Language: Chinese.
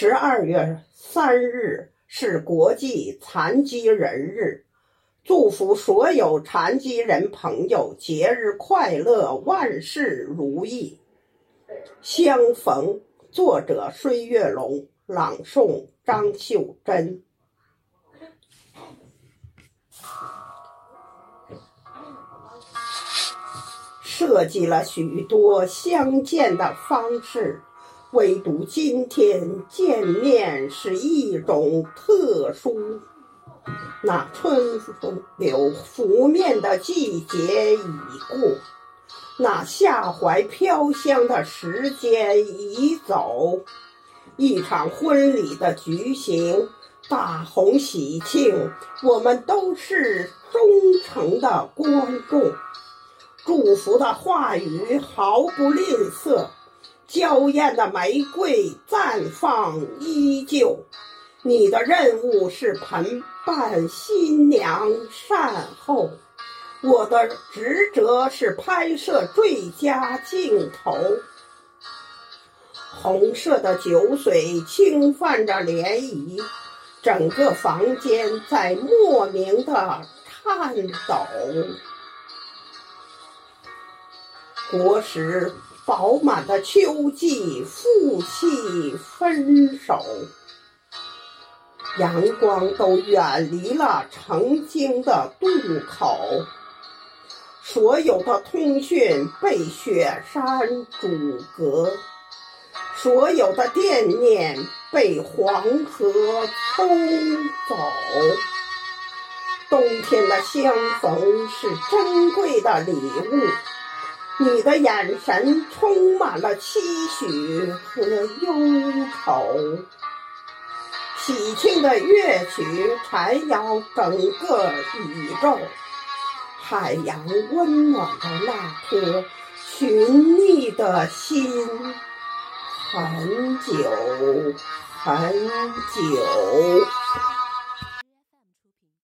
12月3日是国际残疾人日，祝福所有残疾人朋友节日快乐，万事如意。相逢，作者孙月龙，朗诵张秀珍。设计了许多相见的方式，唯独今天见面是一种特殊。那春风流拂面的季节已过，那夏怀飘香的时间已走。一场婚礼的举行，大红喜庆，我们都是忠诚的观众。祝福的话语毫不吝啬，娇艳的玫瑰绽放依旧。你的任务是陪伴新娘善后，我的职责是拍摄最佳镜头。红色的酒水轻泛着涟漪，整个房间在莫名的颤抖。果实饱满的秋季，负气分手，阳光都远离了曾经的渡口，所有的通讯被雪山阻隔，所有的惦念被黄河冲走。冬天的相逢是珍贵的礼物，你的眼神充满了期许和忧愁。喜庆的乐曲缠绕整个宇宙，海洋温暖的那颗寻觅的心，很久很久。